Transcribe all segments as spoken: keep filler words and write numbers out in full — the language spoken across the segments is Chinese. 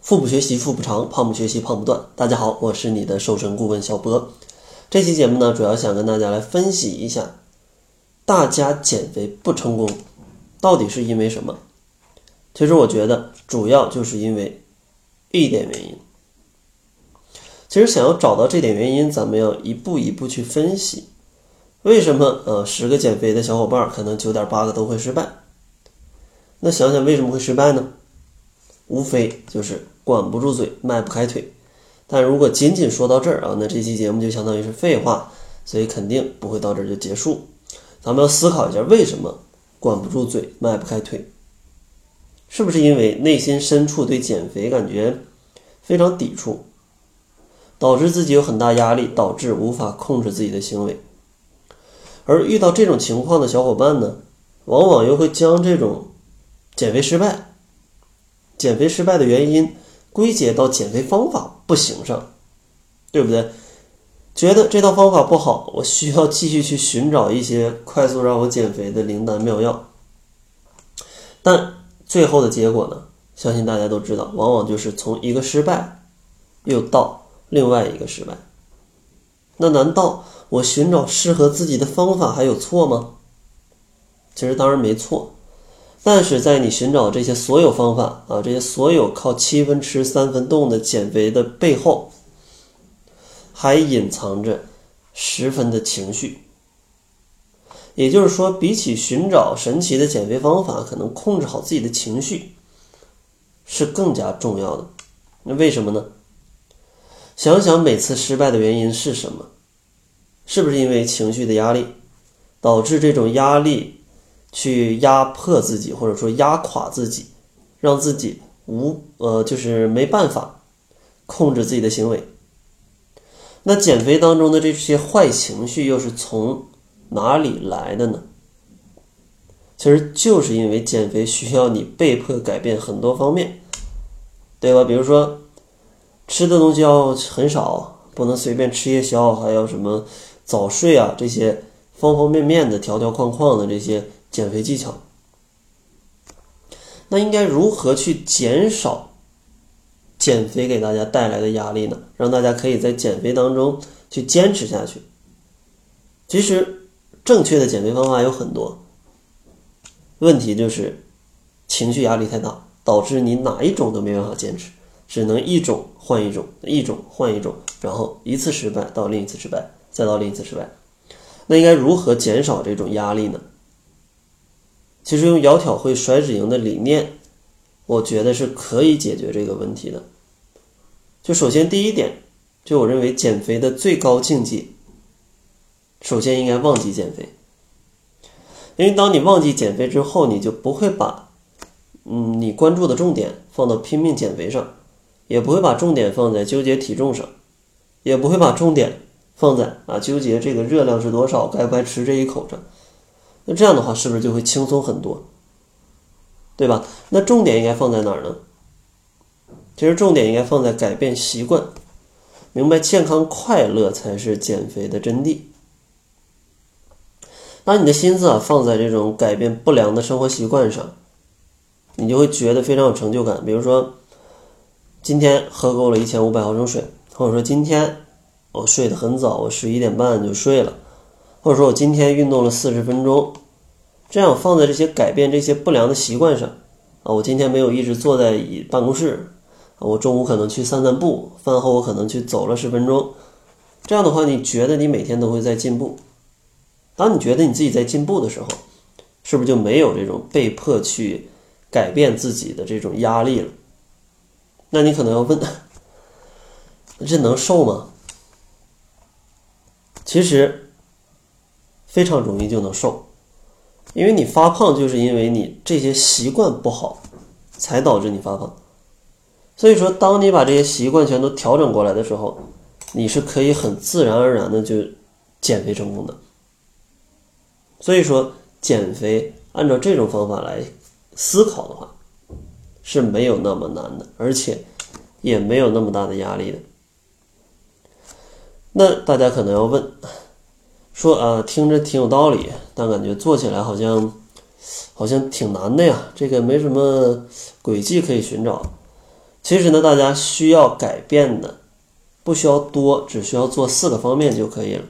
腹部学习腹部长，胖不学习胖不断。大家好，我是你的瘦身顾问小博。这期节目呢，主要想跟大家来分析一下，大家减肥不成功，到底是因为什么？其实我觉得主要就是因为一点原因。其实想要找到这点原因，咱们要一步一步去分析。为什么呃十个减肥的小伙伴可能 九点八 个都会失败？那想想为什么会失败呢？无非就是管不住嘴，迈不开腿。但如果仅仅说到这儿啊，那这期节目就相当于是废话，所以肯定不会到这儿就结束。咱们要思考一下，为什么管不住嘴，迈不开腿？是不是因为内心深处对减肥感觉非常抵触，导致自己有很大压力，导致无法控制自己的行为？而遇到这种情况的小伙伴呢，往往又会将这种减肥失败减肥失败的原因归结到减肥方法不行上，对不对？觉得这套方法不好，我需要继续去寻找一些快速让我减肥的灵丹妙药。但最后的结果呢，相信大家都知道，往往就是从一个失败又到另外一个失败。那难道我寻找适合自己的方法还有错吗？其实当然没错，但是在你寻找这些所有方法啊，这些所有靠七分吃三分动的减肥的背后，还隐藏着十分的情绪。也就是说，比起寻找神奇的减肥方法，可能控制好自己的情绪是更加重要的。那为什么呢？想想每次失败的原因是什么？是不是因为情绪的压力，导致这种压力去压迫自己，或者说压垮自己，让自己无呃就是没办法控制自己的行为？那减肥当中的这些坏情绪又是从哪里来的呢？其实就是因为减肥需要你被迫改变很多方面，对吧？比如说吃的东西要很少，不能随便吃夜宵，还有什么早睡啊，这些方方面面的条条框框的这些减肥技巧。那应该如何去减少减肥给大家带来的压力呢？让大家可以在减肥当中去坚持下去。其实正确的减肥方法有很多，问题就是情绪压力太大，导致你哪一种都没办法坚持，只能一种换一种，一种换一种，然后一次失败到另一次失败，再到另一次失败。那应该如何减少这种压力呢？其实用窈窕会甩脂营的理念，我觉得是可以解决这个问题的。就首先第一点，就我认为减肥的最高境界，首先应该忘记减肥。因为当你忘记减肥之后，你就不会把嗯你关注的重点放到拼命减肥上，也不会把重点放在纠结体重上，也不会把重点放在啊纠结这个热量是多少，该不该吃这一口上。那这样的话是不是就会轻松很多，对吧？那重点应该放在哪儿呢？其实重点应该放在改变习惯，明白健康快乐才是减肥的真谛。当你的心思啊放在这种改变不良的生活习惯上，你就会觉得非常有成就感。比如说今天喝够了一千五百毫升水，或者说今天我睡得很早，我十一点半就睡了，或者说我今天运动了四十分钟。这样放在这些改变这些不良的习惯上啊，我今天没有一直坐在办公室，我中午可能去散散步，饭后我可能去走了十分钟。这样的话，你觉得你每天都会在进步。当你觉得你自己在进步的时候，是不是就没有这种被迫去改变自己的这种压力了？那你可能要问，这能瘦吗？其实非常容易就能瘦，因为你发胖就是因为你这些习惯不好才导致你发胖。所以说当你把这些习惯全都调整过来的时候，你是可以很自然而然的就减肥成功的。所以说减肥按照这种方法来思考的话是没有那么难的，而且也没有那么大的压力的。那大家可能要问说啊，听着挺有道理，但感觉做起来好像好像挺难的呀，这个没什么轨迹可以寻找。 其实呢，大家需要改变的不需要多，只需要做四个方面就可以了。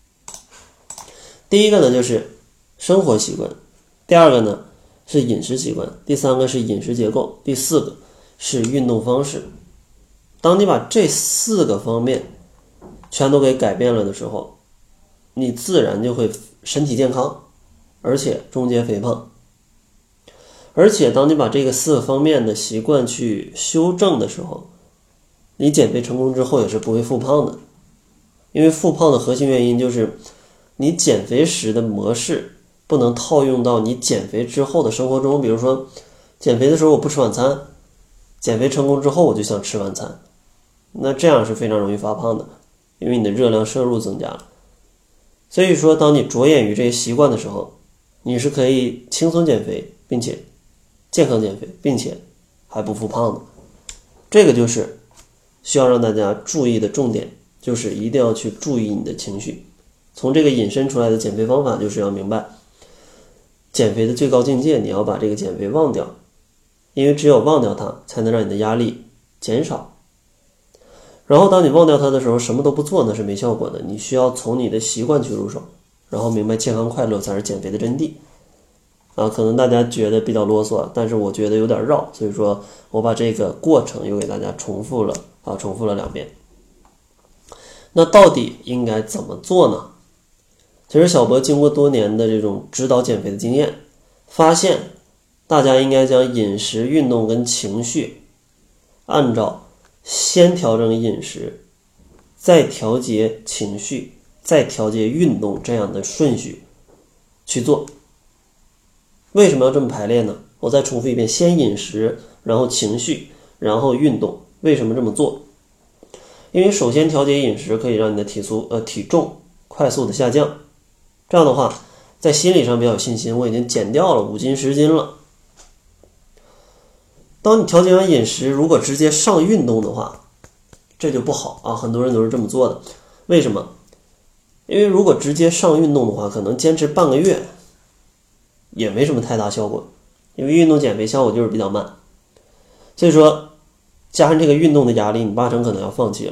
第一个呢就是生活习惯，第二个呢是饮食习惯，第三个是饮食结构，第四个是运动方式。当你把这四个方面全都给改变了的时候，你自然就会身体健康，而且终结肥胖。而且当你把这个四个方面的习惯去修正的时候，你减肥成功之后也是不会复胖的。因为复胖的核心原因就是你减肥时的模式不能套用到你减肥之后的生活中。比如说减肥的时候我不吃晚餐，减肥成功之后我就想吃晚餐，那这样是非常容易发胖的，因为你的热量摄入增加了。所以说当你着眼于这些习惯的时候，你是可以轻松减肥并且健康减肥，并且还不复胖的。这个就是需要让大家注意的重点，就是一定要去注意你的情绪。从这个引申出来的减肥方法就是要明白，减肥的最高境界，你要把这个减肥忘掉，因为只有忘掉它，才能让你的压力减少。然后当你忘掉它的时候，什么都不做那是没效果的，你需要从你的习惯去入手，然后明白健康快乐才是减肥的真谛。啊，可能大家觉得比较啰嗦，但是我觉得有点绕，所以说我把这个过程又给大家重复了啊，重复了两遍。那到底应该怎么做呢？其实小博经过多年的这种指导减肥的经验，发现大家应该将饮食、运动跟情绪按照先调整饮食，再调节情绪，再调节运动这样的顺序去做。为什么要这么排列呢？我再重复一遍，先饮食，然后情绪，然后运动。为什么这么做？因为首先调节饮食可以让你的体速呃体重快速的下降，这样的话在心理上比较有信心，我已经减掉了五斤十斤了。当你调节完饮食，如果直接上运动的话，这就不好啊，很多人都是这么做的。为什么？因为如果直接上运动的话，可能坚持半个月也没什么太大效果，因为运动减肥效果就是比较慢。所以说加上这个运动的压力，你八成可能要放弃了。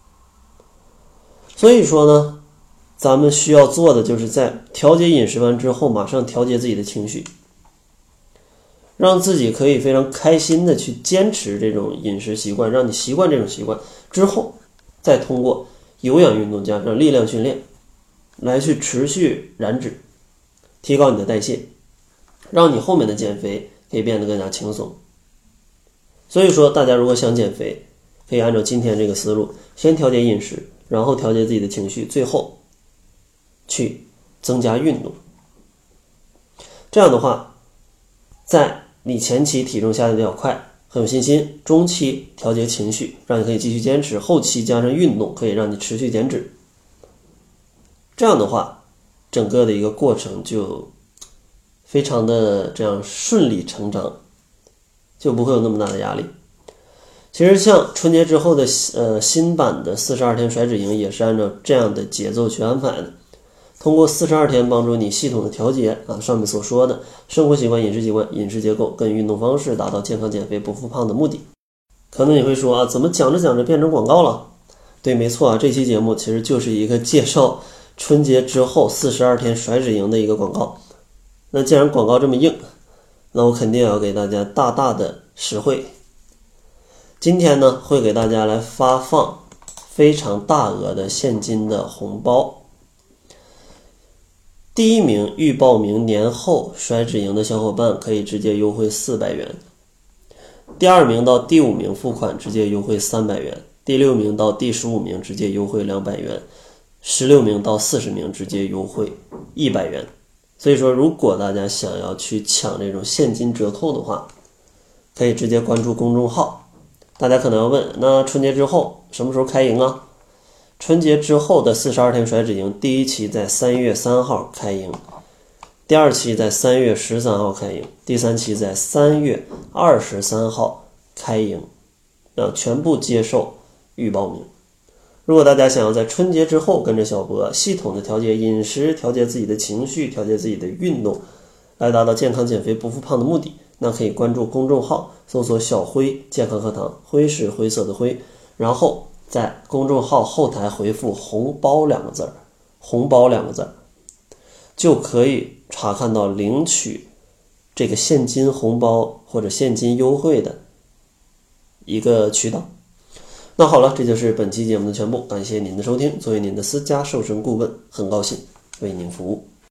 所以说呢，咱们需要做的就是在调节饮食完之后，马上调节自己的情绪，让自己可以非常开心的去坚持这种饮食习惯，让你习惯这种习惯之后，再通过有氧运动加上力量训练来去持续燃脂，提高你的代谢，让你后面的减肥可以变得更加轻松。所以说大家如果想减肥，可以按照今天这个思路，先调节饮食，然后调节自己的情绪，最后去增加运动。这样的话，在你前期体重下降比较快，很有信心，中期调节情绪，让你可以继续坚持，后期加上运动，可以让你持续减脂。这样的话，整个的一个过程就非常的这样顺理成章，就不会有那么大的压力。其实像春节之后的呃新版的四十二天甩脂营也是按照这样的节奏去安排的，通过四十二天帮助你系统的调节啊上面所说的生活习惯、饮食习惯、饮食结构跟运动方式，达到健康减肥不复胖的目的。可能你会说啊，怎么讲着讲着变成广告了？对，没错啊，这期节目其实就是一个介绍春节之后四十二天甩脂营的一个广告。那既然广告这么硬，那我肯定要给大家大大的实惠。今天呢，会给大家来发放非常大额的现金的红包。第一名预报名年后甩脂营的小伙伴可以直接优惠四百元，第二名到第五名付款直接优惠三百元，第六名到第十五名直接优惠两百元，十六名到四十名直接优惠一百元。所以说如果大家想要去抢这种现金折扣的话，可以直接关注公众号。大家可能要问，那春节之后什么时候开营啊？春节之后的四十二天甩脂营第一期在三月三号开营，第二期在三月十三号开营，第三期在三月二十三号开营，那全部接受预报名。如果大家想要在春节之后跟着小博系统的调节饮食，调节自己的情绪，调节自己的运动，来达到健康减肥不复胖的目的， 那可以关注公众号，搜索小辉健康课堂，辉是灰色的辉，然后在公众号后台回复红包两个字儿，红包两个字儿，就可以查看到领取这个现金红包或者现金优惠的一个渠道。那好了，这就是本期节目的全部，感谢您的收听。作为您的私家瘦身顾问，很高兴为您服务。